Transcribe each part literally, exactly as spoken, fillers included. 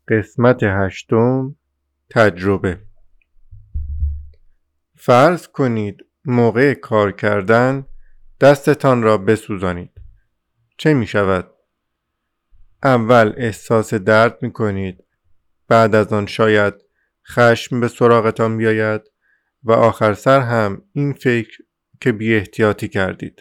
قسمت هشتم، تجربه. فرض کنید موقع کار کردن دستتان را بسوزانید. چه می شود؟ اول احساس درد می کنید، بعد از آن شاید خشم به سراغتان بیاید و آخر سر هم این فکر که بی احتیاطی کردید.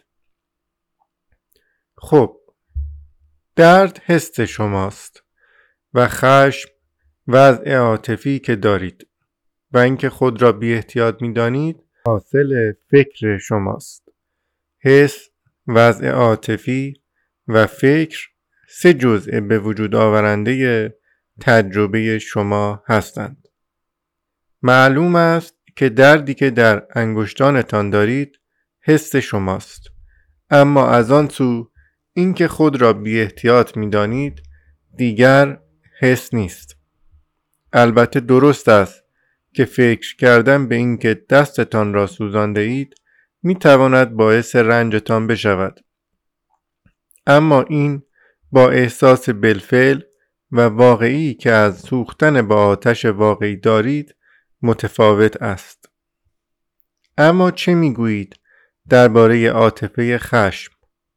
خب، درد حس شماست و خشم وضع عاطفی که دارید و اینکه خود را بی احتیاط می دانید حاصل فکر شماست. حس، وضع عاطفی و فکر سه جزء به وجود آورنده تجربه شما هستند. معلوم است که دردی که در انگشتانتان دارید حس شماست، اما از آن سو اینکه خود را بی احتیاط می دانید دیگر حس نیست. البته درست است که فکر کردن به اینکه دستتان را سوزانده اید می تواند باعث رنجتان بشود، اما این با احساس بالفعل و واقعی که از سوختن با آتش واقعی دارید متفاوت است. اما چه می گویید درباره عاطفه خشم؟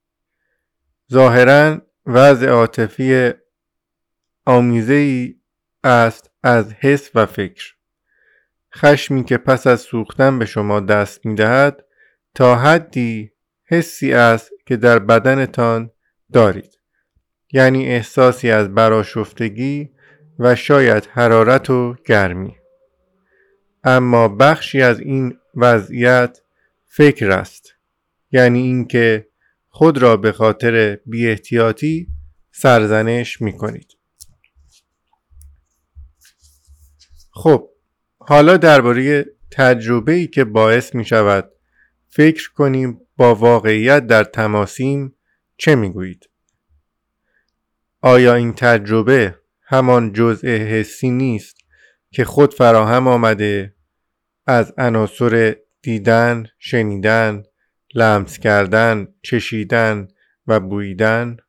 ظاهراً وضع عاطفی آمیزه‌ای است از حس و فکر. خشمی که پس از سوختن به شما دست می دهد تا حدی حسی است که در بدنتان دارید، یعنی احساسی از برآشفتگی و شاید حرارت و گرمی. اما بخشی از این وضعیت فکر است، یعنی اینکه خود را به خاطر بی احتیاطی سرزنش می کنید. خب، حالا درباره تجربه‌ای که باعث می شود فکر کنیم با واقعیت در تماسیم چه می گویید؟ آیا این تجربه همان جزء حسی نیست که خود فراهم آمده از عناصر دیدن، شنیدن، لمس کردن، چشیدن و بوییدن؟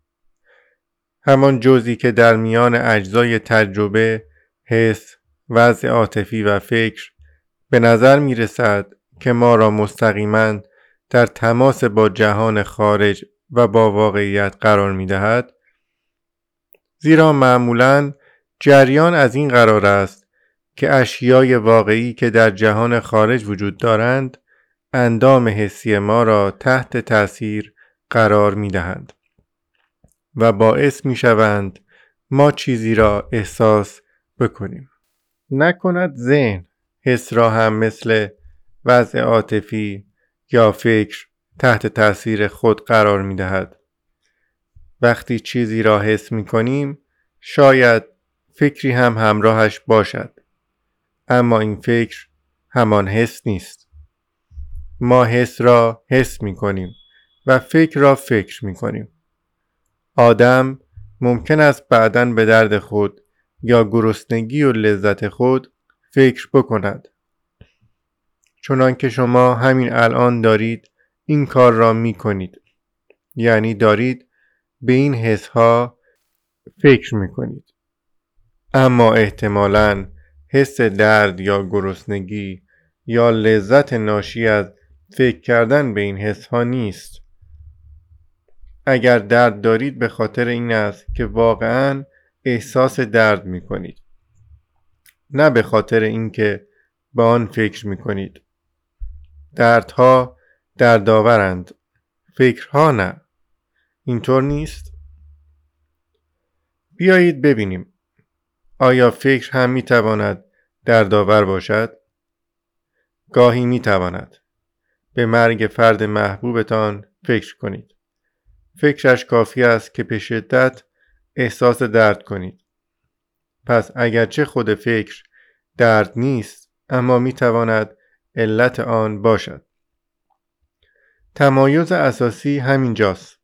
همان جزئی که در میان اجزای تجربه، حس، وضع عاطفی و فکر به نظر می رسد که ما را مستقیما در تماس با جهان خارج و با واقعیت قرار می دهد. زیرا معمولاً جریان از این قرار است که اشیای واقعی که در جهان خارج وجود دارند اندام حسی ما را تحت تأثیر قرار می دهند و باعث می شوند ما چیزی را احساس بکنیم. نکند ذهن حس را هم مثل وضع عاطفی یا فکر تحت تأثیر خود قرار می دهد. وقتی چیزی را حس می کنیم شاید فکری هم همراهش باشد، اما این فکر همان حس نیست. ما حس را حس می کنیم و فکر را فکر می کنیم. آدم ممکن است بعداً به درد خود یا گرسنگی و لذت خود فکر بکند، چنان که شما همین الان دارید این کار را می کنید، یعنی دارید به این حس ها فکر می کنید. اما احتمالاً حس درد یا گرسنگی یا لذت ناشی از فکر کردن به این حس ها نیست. اگر درد دارید به خاطر این است که واقعاً احساس درد می کنید، نه به خاطر اینکه به آن فکر می کنید. دردها دردآورند، فکرها نه. اینطور نیست؟ بیایید ببینیم آیا فکر هم می تواند دردآور باشد؟ گاهی می تواند. به مرگ فرد محبوبتان فکر کنید. فکرش کافی است که به شدت احساس درد کنید. پس اگرچه خود فکر درد نیست، اما می تواند علت آن باشد. تمایز اساسی همین جاست.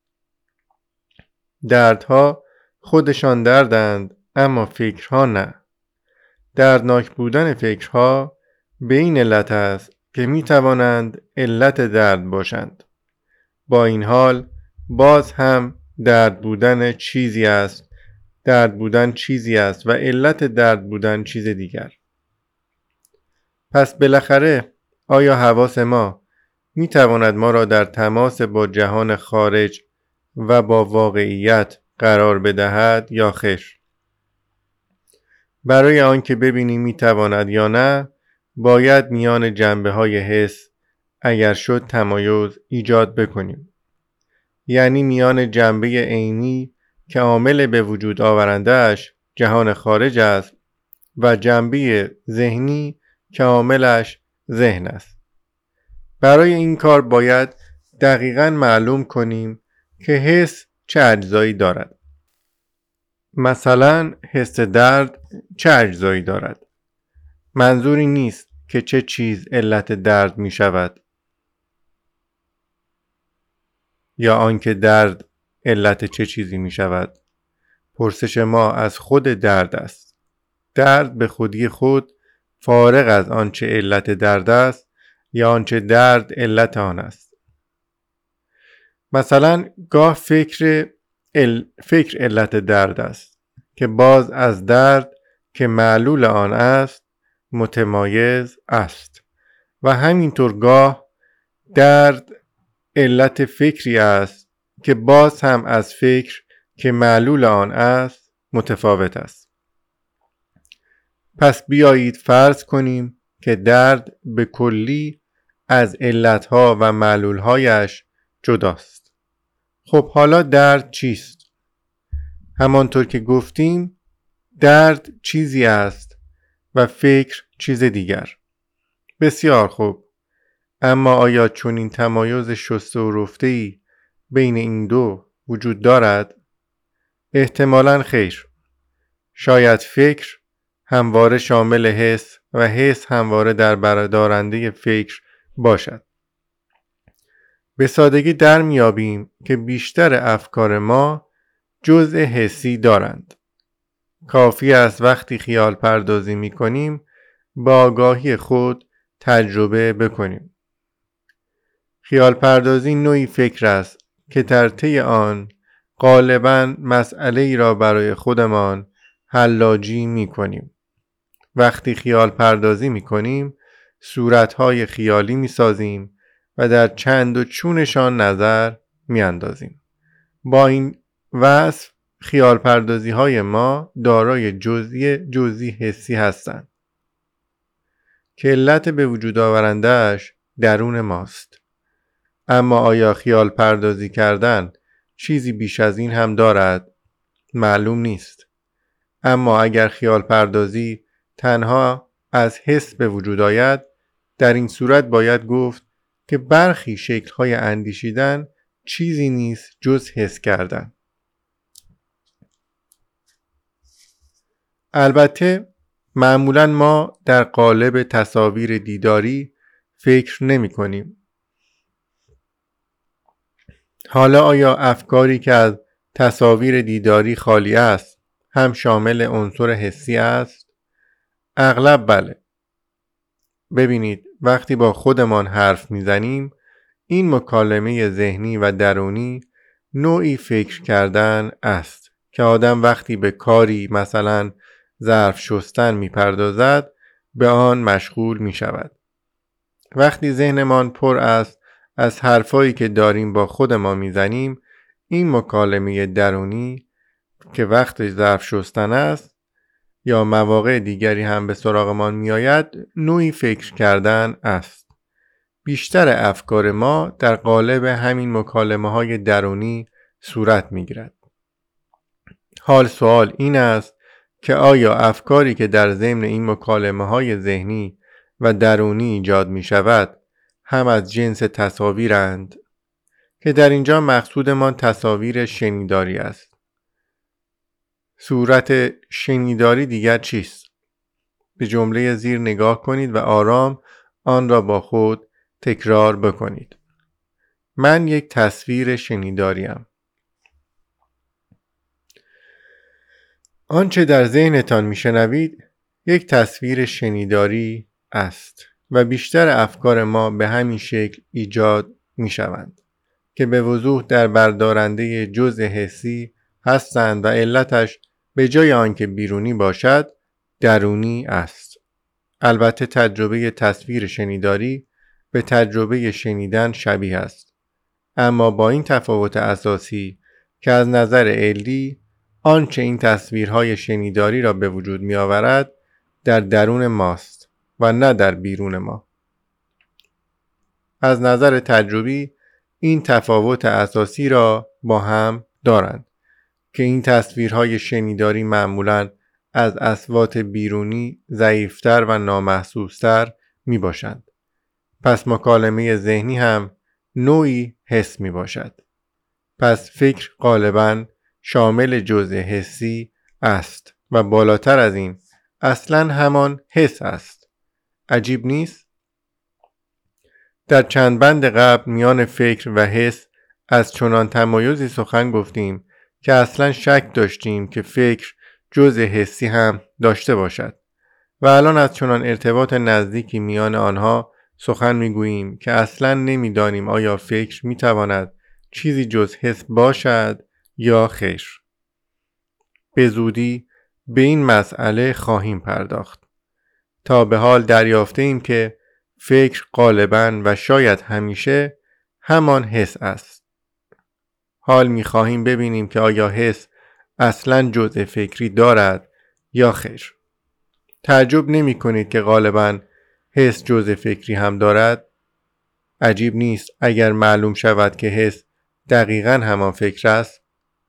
دردها خودشان دردند، اما فکرها نه. دردناک بودن فکرها به این علت است که می توانند علت درد باشند. با این حال باز هم درد بودن چیزی است درد بودن چیزی است و علت درد بودن چیز دیگر. پس بالاخره آیا حواس ما می تواند ما را در تماس با جهان خارج و با واقعیت قرار بدهد یا خیر؟ برای آنکه ببینیم می تواند یا نه، باید میان جنبه های حس اگر شد تمایز ایجاد بکنیم. یعنی میان جنبه عینی که عامل به وجود آورندهش جهان خارج است و جنبه ذهنی که عاملش ذهن است. برای این کار باید دقیقاً معلوم کنیم که حس چه اجزایی دارد. مثلا حس درد چه اجزایی دارد؟ منظوری نیست که چه چیز علت درد می شود یا آنکه درد علت چه چیزی می شود. پرسش ما از خود درد است. درد به خودی خود فارغ از آنچه علت درد است یا آنچه درد علت آن است. مثلا گاه فکر ال... فکر علت درد است که باز از درد که معلول آن است متمایز است و همینطور گاه درد علت فکری است که باز هم از فکر که معلول آن است متفاوت است. پس بیایید فرض کنیم که درد به کلی از علتها و معلولهایش جداست. خب حالا درد چیست؟ همانطور که گفتیم درد چیزی است و فکر چیز دیگر. بسیار خوب. اما آیا چنین تمایز شسته و رفته‌ای بین این دو وجود دارد؟ احتمالاً خیر. شاید فکر همواره شامل حس و حس همواره در بردارنده فکر باشد. به سادگی در میابیم که بیشتر افکار ما جزء حسی دارند. کافی است وقتی خیال پردازی می کنیم با آگاهی خود تجربه بکنیم. خیال پردازی نوعی فکر است که در طی آن غالباً مسئله ای را برای خودمان حلاجی می کنیم. وقتی خیال پردازی می کنیم صورتهای خیالی می سازیم و در چند و چونشان نظر می اندازیم. با این وصف خیال پردازی های ما دارای جزئی جزئی حسی هستند که علت به وجود آورندهش درون ماست. اما آیا خیال پردازی کردن چیزی بیش از این هم دارد؟ معلوم نیست. اما اگر خیال پردازی تنها از حس به وجود آید، در این صورت باید گفت که برخی شکل‌های اندیشیدن چیزی نیست جز حس کردن. البته معمولاً ما در قالب تصاویر دیداری فکر نمی کنیم. حالا آیا افکاری که از تصاویر دیداری خالی است هم شامل عنصر حسی است؟ اغلب بله. ببینید وقتی با خودمان حرف میزنیم این مکالمه ذهنی و درونی نوعی فکر کردن است که آدم وقتی به کاری مثلا ظرف شستن میپردازد به آن مشغول میشود. وقتی ذهنمان پر است از حرفایی که داریم با خودمان میزنیم، این مکالمه درونی که وقت ظرف شستن است یا مواقع دیگری هم به سراغمان میآید نوعی فکر کردن است. بیشتر افکار ما در قالب همین مکالمه های درونی صورت میگیرد. حال سوال این است که آیا افکاری که در ضمن این مکالمه های ذهنی و درونی ایجاد می شود هم از جنس تصاویرند که در اینجا مقصودمان تصاویر شنیداری است. صورت شنیداری دیگر چیست؟ به جمله زیر نگاه کنید و آرام آن را با خود تکرار بکنید. من یک تصویر شنیداریم. آنچه در ذهنتان میشنوید یک تصویر شنیداری است و بیشتر افکار ما به همین شکل ایجاد میشوند که به وضوح در بردارنده جزء حسی هستند و علتش به جای آنکه بیرونی باشد درونی است. البته تجربه تصویر شنیداری به تجربه شنیدن شبیه است، اما با این تفاوت اساسی که از نظر علمی آنچه این تصویرهای شنیداری را به وجود می آورد در درون ماست و نه در بیرون ما. از نظر تجربی این تفاوت اساسی را با هم دارند که این تصویرهای شنیداری معمولاً از اصوات بیرونی ضعیفتر و نامحسوستر می باشند. پس مکالمه ذهنی هم نوعی حس می باشد. پس فکر غالباً شامل جزء حسی است و بالاتر از این اصلاً همان حس است. عجیب نیست؟ در چند بند قبل میان فکر و حس از چنان تمایزی سخن گفتیم که اصلاً شک داشتیم که فکر جزء حسی هم داشته باشد و الان از چنان ارتباط نزدیکی میان آنها سخن میگوییم که اصلاً نمیدانیم آیا فکر میتواند چیزی جز حس باشد یا خیر. به زودی به این مسئله خواهیم پرداخت. تا به حال دریافته ایم که فکر غالباً و شاید همیشه همان حس است. حال می‌خواهیم ببینیم که آیا حس اصلاً جزء فکری دارد یا خیر. تعجب نمی کنید که غالباً حس جزء فکری هم دارد؟ عجیب نیست اگر معلوم شود که حس دقیقاً همان فکر است.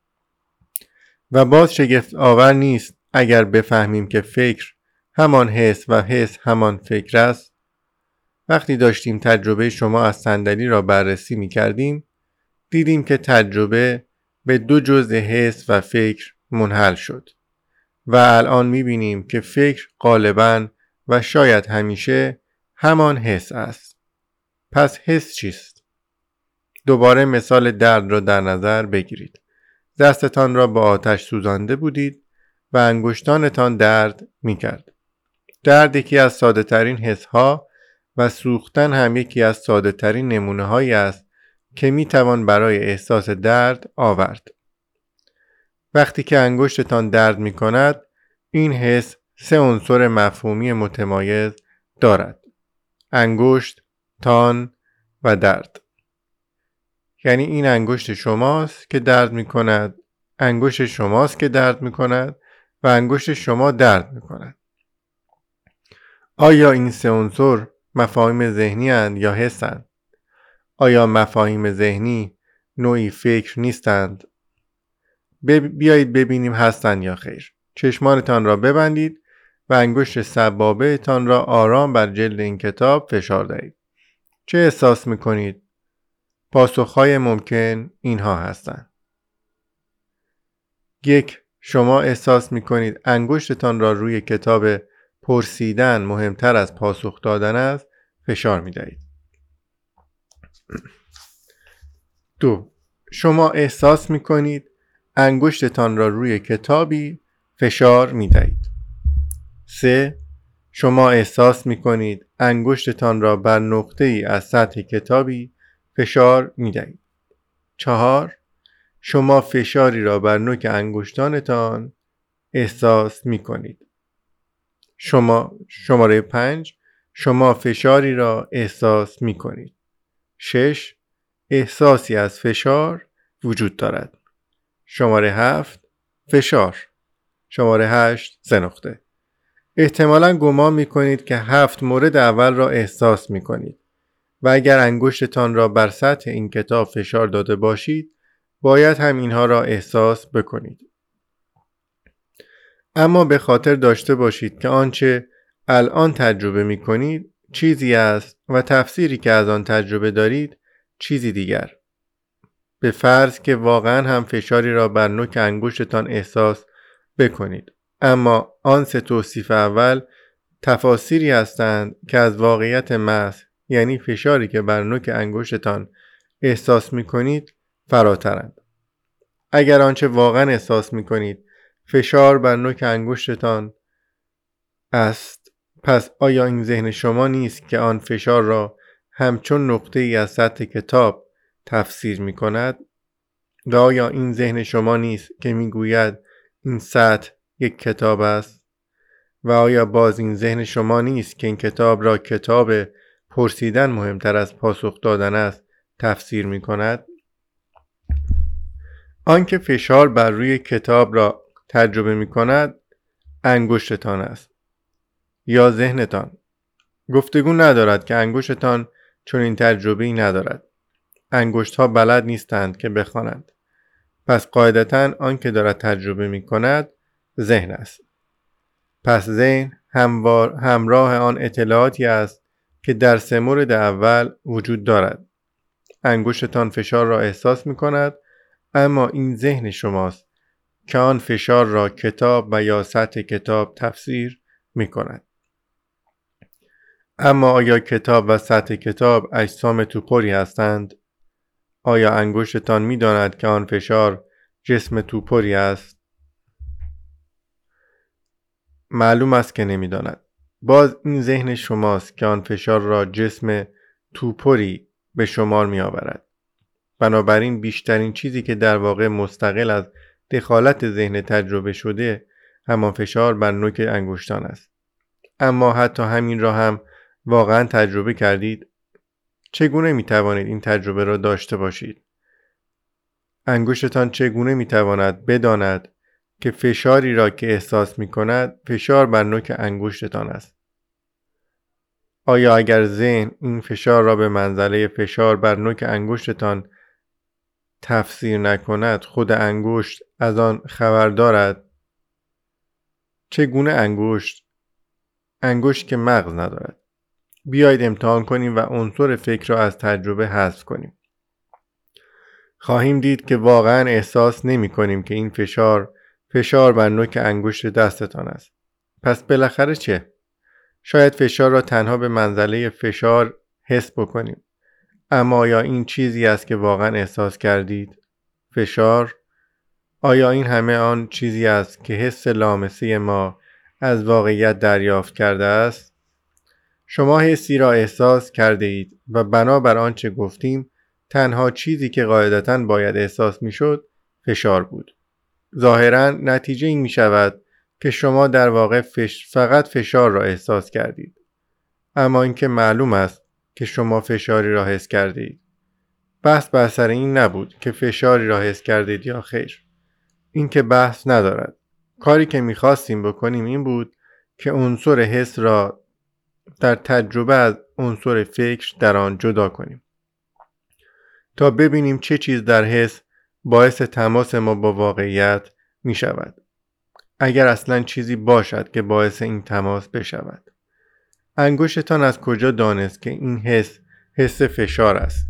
و باز شگفت آور نیست اگر بفهمیم که فکر همان حس و حس همان فکر است. وقتی داشتیم تجربه شما از صندلی را بررسی می کردیم، دیدیم که تجربه به دو جزء حس و فکر منحل شد و الان می بینیم که فکر غالباً و شاید همیشه همان حس است. پس حس چیست؟ دوباره مثال درد را در نظر بگیرید. دستتان را با آتش سوزانده بودید و انگشتانتان درد می کرد. درد یکی از ساده ترین حس ها و سوختن هم یکی از ساده ترین نمونه هایی است که می توان برای احساس درد آورد. وقتی که انگشتتان درد می کند، این حس سه عنصر مفهومی متمایز دارد: انگشت، تان و درد. یعنی این انگشت شماست که درد می کند، انگشت شماست که درد می کند و انگشت شما درد می کند. آیا این سه عنصر مفاهیم ذهنی اند یا حسند؟ آیا مفاهیم ذهنی نوعی فکر نیستند؟ بیایید ببینیم هستند یا خیر. چشمانتان را ببندید و انگشت سبابه تان را آرام بر جلد این کتاب فشار دهید. چه احساس می‌کنید؟ پاسخهای ممکن اینها هستند. یک، شما احساس می‌کنید انگشتتان را روی کتاب پرسیدن مهمتر از پاسخ دادن است، فشار می‌دهید. دو، شما احساس می‌کنید انگشتتان را روی کتابی فشار می‌دهید. سه، شما احساس می‌کنید انگشتتان را بر نقطه‌ای از سطح کتابی فشار می‌دهید. چهار، شما فشاری را بر نوک انگشتانتان احساس می‌کنید. شما شماره پنج، شما فشاری را احساس می‌کنید. شش، احساسی از فشار وجود دارد. شماره هفت، فشار. شماره هشت، سه نقطه. احتمالاً گمان می‌کنید که هفت مورد اول را احساس می‌کنید و اگر انگشتتان را بر سطح این کتاب فشار داده باشید، باید هم اینها را احساس بکنید. اما به خاطر داشته باشید که آنچه الان تجربه می‌کنید چیزی است و تفسیری که از آن تجربه دارید چیزی دیگر. به فرض که واقعاً هم فشاری را بر نوک انگشتتان احساس بکنید، اما آن سه توصیف اول تفاسیری هستند که از واقعیت محض، یعنی فشاری که بر نوک انگشتتان احساس می‌کنید، فراترند. اگر آنچه واقعاً احساس می‌کنید فشار بر نوک انگشتتان است، پس آیا این ذهن شما نیست که آن فشار را همچون نقطه‌ای از سطح کتاب تفسیر می‌کند؟ و آیا این ذهن شما نیست که می‌گوید این سطح یک کتاب است؟ و آیا باز این ذهن شما نیست که این کتاب را کتاب پرسیدن مهمتر از پاسخ دادن است تفسیر می کند؟ آنکه فشار بر روی کتاب را تجربه می کند انگشتتان است یا ذهنتان؟ گفتگو ندارد که انگشتتان چون این تجربه‌ای ندارد. انگشت ها بلد نیستند که بخوانند. پس قاعدتاً آنکه دارد تجربه می کند ذهن است. پس ذهن هموار همراه آن اطلاعاتی است که در سه مورد اول وجود دارد. انگشتتان فشار را احساس می کند، اما این ذهن شماست که آن فشار را کتاب و یا سطح کتاب تفسیر می کند. اما آیا کتاب و سطح کتاب اجسام توپری هستند؟ آیا انگشتتان می داند که آن فشار جسم توپری است؟ معلوم است که نمی داند. باز این ذهن شماست که آن فشار را جسم توپری به شمار می آورد. بنابراین بیشترین چیزی که در واقع مستقل از دخالت ذهن تجربه شده همان فشار بر نوک انگشتان است. اما حتی همین را هم واقعا تجربه کردید؟ چگونه می توانید این تجربه را داشته باشید؟ انگشتتان چگونه می تواند بداند که فشاری را که احساس می کند فشار بر نوک انگشتتان است؟ آیا اگر ذهن این فشار را به منزله فشار بر نوک انگشتتان تفسیر نکند خود انگشت از آن خبر دارد؟ چگونه انگشت؟ انگشت که مغز ندارد. بیایید امتحان کنیم و عنصر فکر را از تجربه حذف کنیم. خواهیم دید که واقعا احساس نمی کنیم که این فشار فشار بر نوک انگشت دستتان است. پس بالاخره چه؟ شاید فشار را تنها به منزله فشار حس بکنیم. اما آیا این چیزی است که واقعا احساس کردید؟ فشار؟ آیا این همه آن چیزی است که حس لامسه ما از واقعیت دریافت کرده است؟ شما حسی را احساس کرده اید و بنابر آنچه گفتیم تنها چیزی که قاعدتاً باید احساس می شد فشار بود. ظاهراً نتیجه این می شود که شما در واقع فش... فقط فشار را احساس کردید. اما اینکه معلوم است که شما فشاری را حس کرده اید. بحث بر سر این نبود که فشاری را حس کردید یا خیر. این که بحث ندارد. کاری که می خواستیم بکنیم این بود که عنصر حس را در تجربه از عنصر فکر در آن جدا کنیم تا ببینیم چه چیز در حس باعث تماس ما با واقعیت می شود. اگر اصلا چیزی باشد که باعث این تماس بشود. انگشتتان از کجا دانست که این حس حس فشار است؟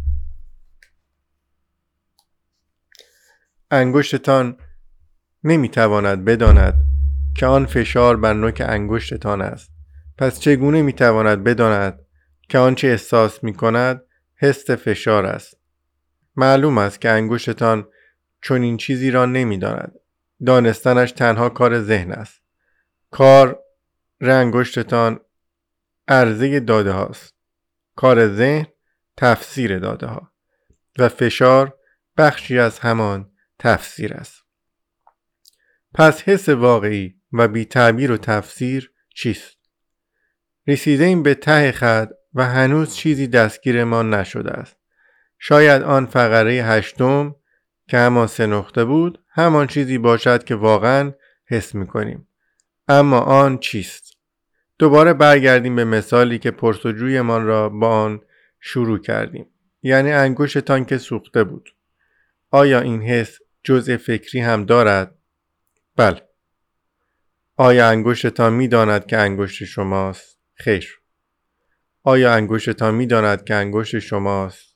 انگشتتان نمی تواند بداند که آن فشار بر نوک انگشتتان است. پس چگونه می تواند بداند که آنچه احساس می کند حس فشار است؟ معلوم است که انگشتتان چون این چیزی را نمی داند. دانستنش تنها کار ذهن است. کار انگشتتان عرضه داده هاست. کار ذهن تفسیر داده ها و فشار بخشی از همان تفسیر است. پس حس واقعی و بی تعبیر و تفسیر چیست؟ رسیده ایم به ته خط و هنوز چیزی دستگیر ما نشده است. شاید آن فقره هشتم که همان سه نقطه بود همان چیزی باشد که واقعا حس می‌کنیم. اما آن چیست؟ دوباره برگردیم به مثالی که پرسجویمان را با آن شروع کردیم. یعنی انگشتتان که سوخته بود. آیا این حس جزء فکری هم دارد؟ بله. آیا انگشتتان می‌داند که انگشت شماست؟ خیر. آیا انگشتتان می‌داند که انگشت شماست؟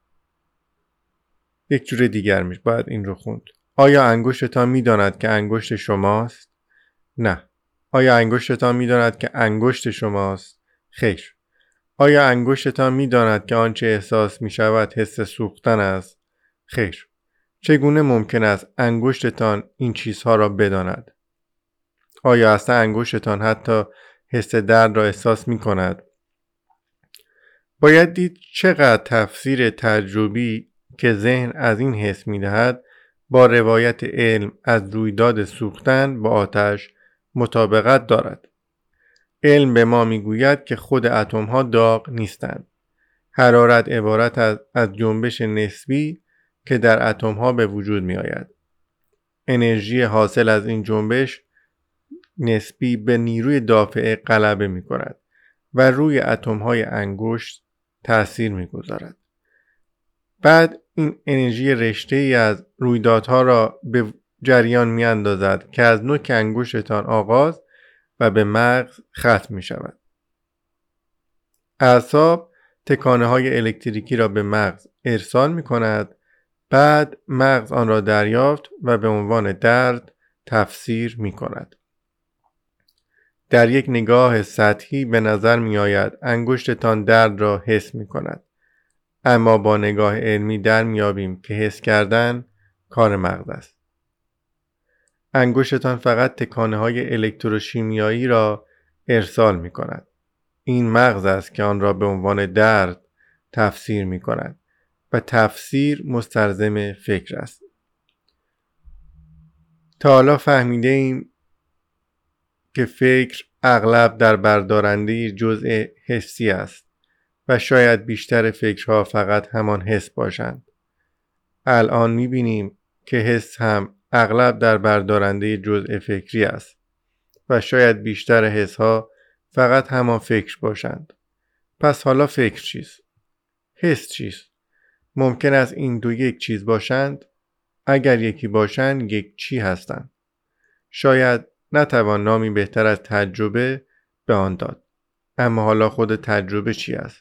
یک جور دیگر میشه باید این رو خوند. آیا انگشتتان می‌داند که انگشت شماست؟ نه. آیا انگشتتان می‌داند که انگشت شماست؟ خیر. آیا انگشتتان می‌داند که آنچه احساس می‌شود حس سوختن است؟ خیر. چگونه ممکن است انگشتتان این چیزها را بداند؟ آیا اصلا انگشتتان حتی حس درد را احساس می‌کند؟ باید دید چقدر تفسیر تجربی که ذهن از این حس می‌دهد با روایت علم از رویداد سوختن با آتش مطابقت دارد. علم به ما میگوید که خود اتم ها داغ نیستند. حرارت عبارت از از جنبش نسبی که در اتم ها به وجود می آید. انرژی حاصل از این جنبش نسبی به نیروی دافعه غلبه می کند و روی اتم های انگشت تأثیر می گذارد. بعد این انرژی رشته‌ای از رویدادها را به جریان می اندازد که از نوک انگشتتان آغاز و به مغز ختم می شود. اعصاب تکانه های الکتریکی را به مغز ارسال می کند. بعد مغز آن را دریافت و به عنوان درد تفسیر می کند. در یک نگاه سطحی به نظر می آید انگشتتان درد را حس می کند. اما با نگاه علمی در می یابیم که حس کردن کار مغز است. انگشتتان فقط تکانه های الکتروشیمیایی را ارسال می کند. این مغز است که آن را به عنوان درد تفسیر می کند و تفسیر مستلزم فکر است. تا حالا فهمیده ایم که فکر اغلب در بردارنده جزء حسی است و شاید بیشتر فکرها فقط همان حس باشند. الان می بینیم که حس هم اغلب در بردارنده جزء فکری است و شاید بیشتر حسها فقط همان فکر باشند. پس حالا فکر چیست؟ حس چیست؟ ممکن است این دو یک چیز باشند؟ اگر یکی باشند یک چی هستند؟ شاید نتوان نامی بهتر از تجربه به آن داد. اما حالا خود تجربه چی است؟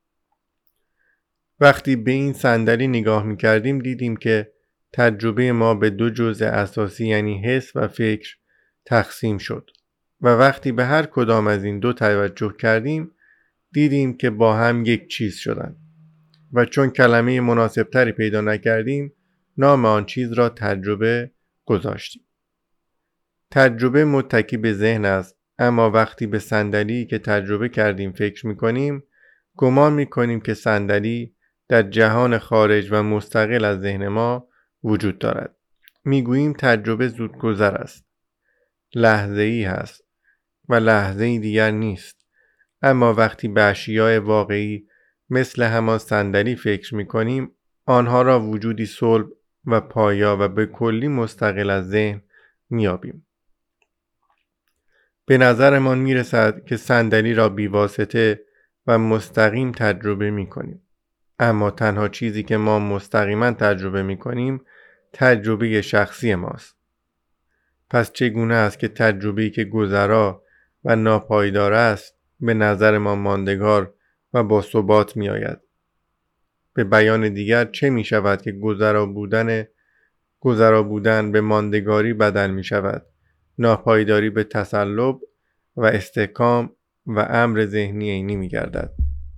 وقتی به این صندلی نگاه می کردیم دیدیم که تجربه ما به دو جزء اساسی یعنی حس و فکر تقسیم شد و وقتی به هر کدام از این دو توجه کردیم دیدیم که با هم یک چیز شدند و چون کلمه مناسبتری پیدا نکردیم نام آن چیز را تجربه گذاشتیم. تجربه متکی به ذهن است، اما وقتی به صندلی که تجربه کردیم فکر می‌کنیم گمان می‌کنیم که صندلی در جهان خارج و مستقل از ذهن ما وجود دارد. می‌گوییم تجربه زودگذر است، لحظه‌ای هست و لحظه‌ای دیگر نیست. اما وقتی به اشیاء واقعی مثل همان صندلی فکر می‌کنیم آنها را وجودی صلب و پایا و به کلی مستقل از ذهن می‌یابیم. به نظرمان میرسد که صندلی را بیواسطه و مستقیم تجربه می‌کنیم. اما تنها چیزی که ما مستقیما تجربه می‌کنیم تجربه شخصی ماست. پس چگونه است که تجربه‌ای که گذرا و ناپایدار است به نظر ما ماندگار و با ثبات می‌آید؟ به بیان دیگر چه می‌شود که گذرا بودن گذرا بودن به ماندگاری بدل می‌شود، ناپایداری به تسلب و استحکام و امر ذهنی عینی می‌گردد؟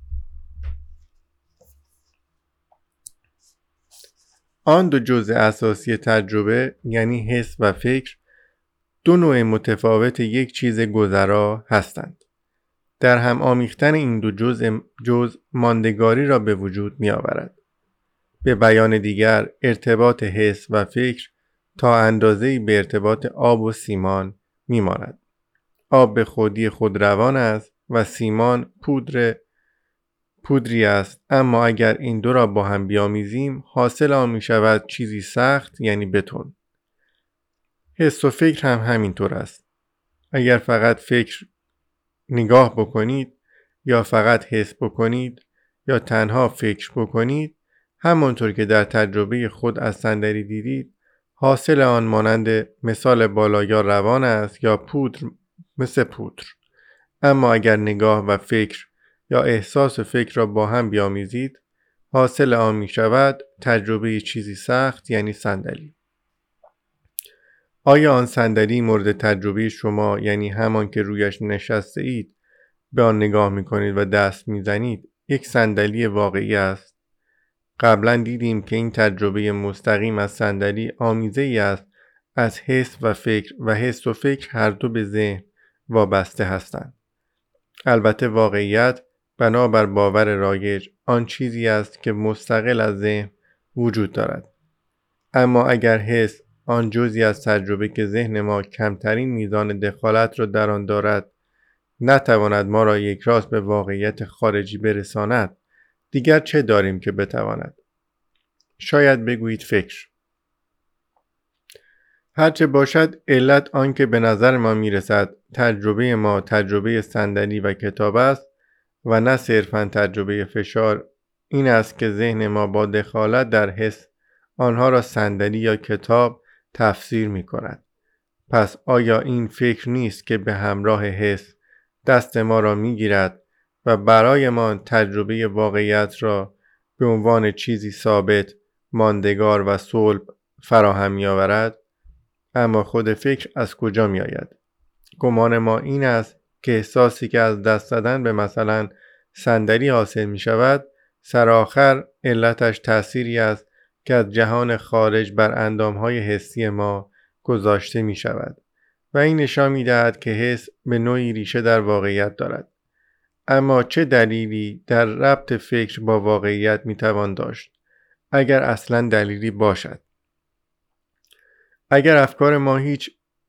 آن دو جزء اساسی تجربه یعنی حس و فکر دو نوع متفاوت یک چیز گذرا هستند. در هم آمیختن این دو جزء جزء ماندگاری را به وجود می آورد. به بیان دیگر ارتباط حس و فکر تا اندازه‌ای به ارتباط آب و سیمان می ماند. آب به خودی خود روان است و سیمان پودر پودری است، اما اگر این دو را با هم بیامیزیم حاصل آن می شود چیزی سخت یعنی بتون. حس و فکر هم همینطور است. اگر فقط فکر نگاه بکنید یا فقط حس بکنید یا تنها فکر بکنید همانطور که در تجربه خود از صندلی دیدید حاصل آن مانند مثال بالا یا روان است یا پودر مثل پودر. اما اگر نگاه و فکر یا احساس و فکر را با هم بیامیزید حاصل آن می شود تجربه چیزی سخت یعنی صندلی. آیا آن صندلی مورد تجربه شما یعنی همان که رویش نشسته اید به آن نگاه می کنید و دست می زنید یک صندلی واقعی است؟ قبلا دیدیم که این تجربه مستقیم از صندلی آمیزه ای است از حس و فکر و حس و فکر هر دو به ذهن وابسته هستند. البته واقعیت بنابر باور رایج آن چیزی است که مستقل از ذهن وجود دارد. اما اگر حس آن جزئی از تجربه که ذهن ما کمترین میزان دخالت را در آن دارد نتواند ما را یک راست به واقعیت خارجی برساند، دیگر چه داریم که بتواند؟ شاید بگویید فکر. هرچه باشد علت آن که به نظر ما میرسد تجربه ما تجربه صندلی و کتاب است و نه صرفاً تجربه فشار این است که ذهن ما با دخالت در حس آنها را صندلی یا کتاب تفسیر می کند. پس آیا این فکر نیست که به همراه حس دست ما را می گیرد و برای ما تجربه واقعیت را به عنوان چیزی ثابت، ماندگار و صلب فراهم می آورد؟ اما خود فکر از کجا می آید؟ گمان ما این است که احساسی که از دست دادن به مثلا صندلی حاصل می شود سرآخر علتش تأثیری است که از جهان خارج بر اندامهای حسی ما گذاشته می شود و این نشان می دهد که حس به نوعی ریشه در واقعیت دارد. اما چه دلیلی در ربط فکر با واقعیت می توان داشت اگر اصلا دلیلی باشد؟ اگر افکار ما هیچ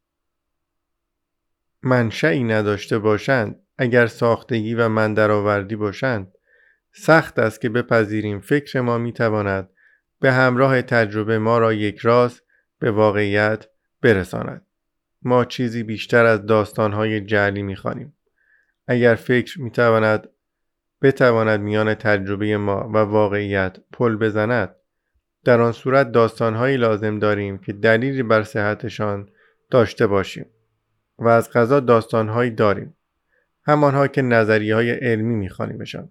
منشئی نداشته باشند، اگر ساختگی و من درآوردی باشند، سخت است که بپذیریم فکر ما می تواند به همراه تجربه ما را یک راست به واقعیت برساند. ما چیزی بیشتر از داستان‌های جعلی می‌خوانیم. اگر فکر می‌تواند بتواند میان تجربه ما و واقعیت پل بزند، در آن صورت داستان‌هایی لازم داریم که دلیلی بر صحتشان داشته باشیم و از قضا داستان‌هایی داریم، همانها که نظریه‌های علمی می‌خوانیمشان.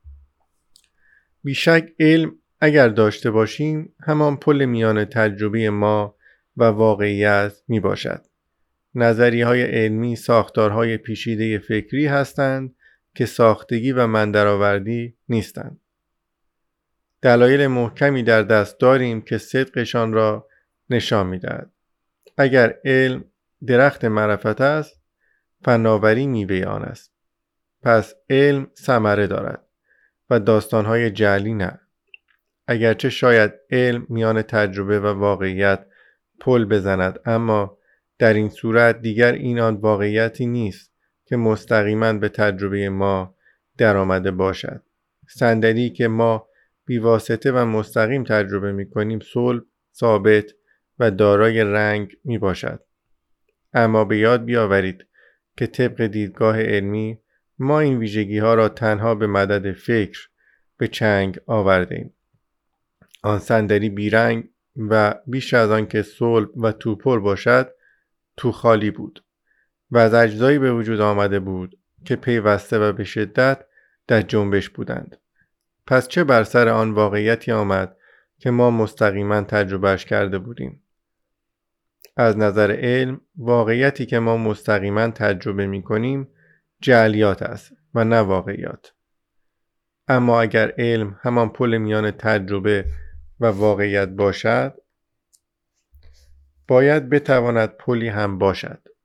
بیشک علم اگر داشته باشیم همان پل میان تجربه ما و واقعیت می باشد. نظریه‌های علمی ساختارهای پیچیده فکری هستند که ساختگی و من درآوردی نیستند. دلایل محکمی در دست داریم که صدقشان را نشان می‌دهد. اگر علم درخت معرفت است، فناوری میوه آن است. پس علم ثمره دارد و داستان‌های جعلی نه. اگرچه شاید علم میان تجربه و واقعیت پل بزند، اما در این صورت دیگر این آن واقعیتی نیست که مستقیما به تجربه ما در آمده باشد. صندلی که ما بیواسطه و مستقیم تجربه می کنیم صلب، ثابت و دارای رنگ می باشد. اما به یاد بیاورید که طبق دیدگاه علمی ما این ویژگی ها را تنها به مدد فکر به چنگ آورده ایم. آن صندلی بیرنگ و بیش از آن که صلب و توپل باشد تو خالی بود و از اجزایی به وجود آمده بود که پیوسته و به شدت در جنبش بودند. پس چه بر سر آن واقعیتی آمد که ما مستقیما تجربهش کرده بودیم؟ از نظر علم واقعیتی که ما مستقیما تجربه می کنیم جعلیات است و نه واقعیات. اما اگر علم همان پل میان تجربه و واقعیت باشد، باید بتواند پلی هم باشد.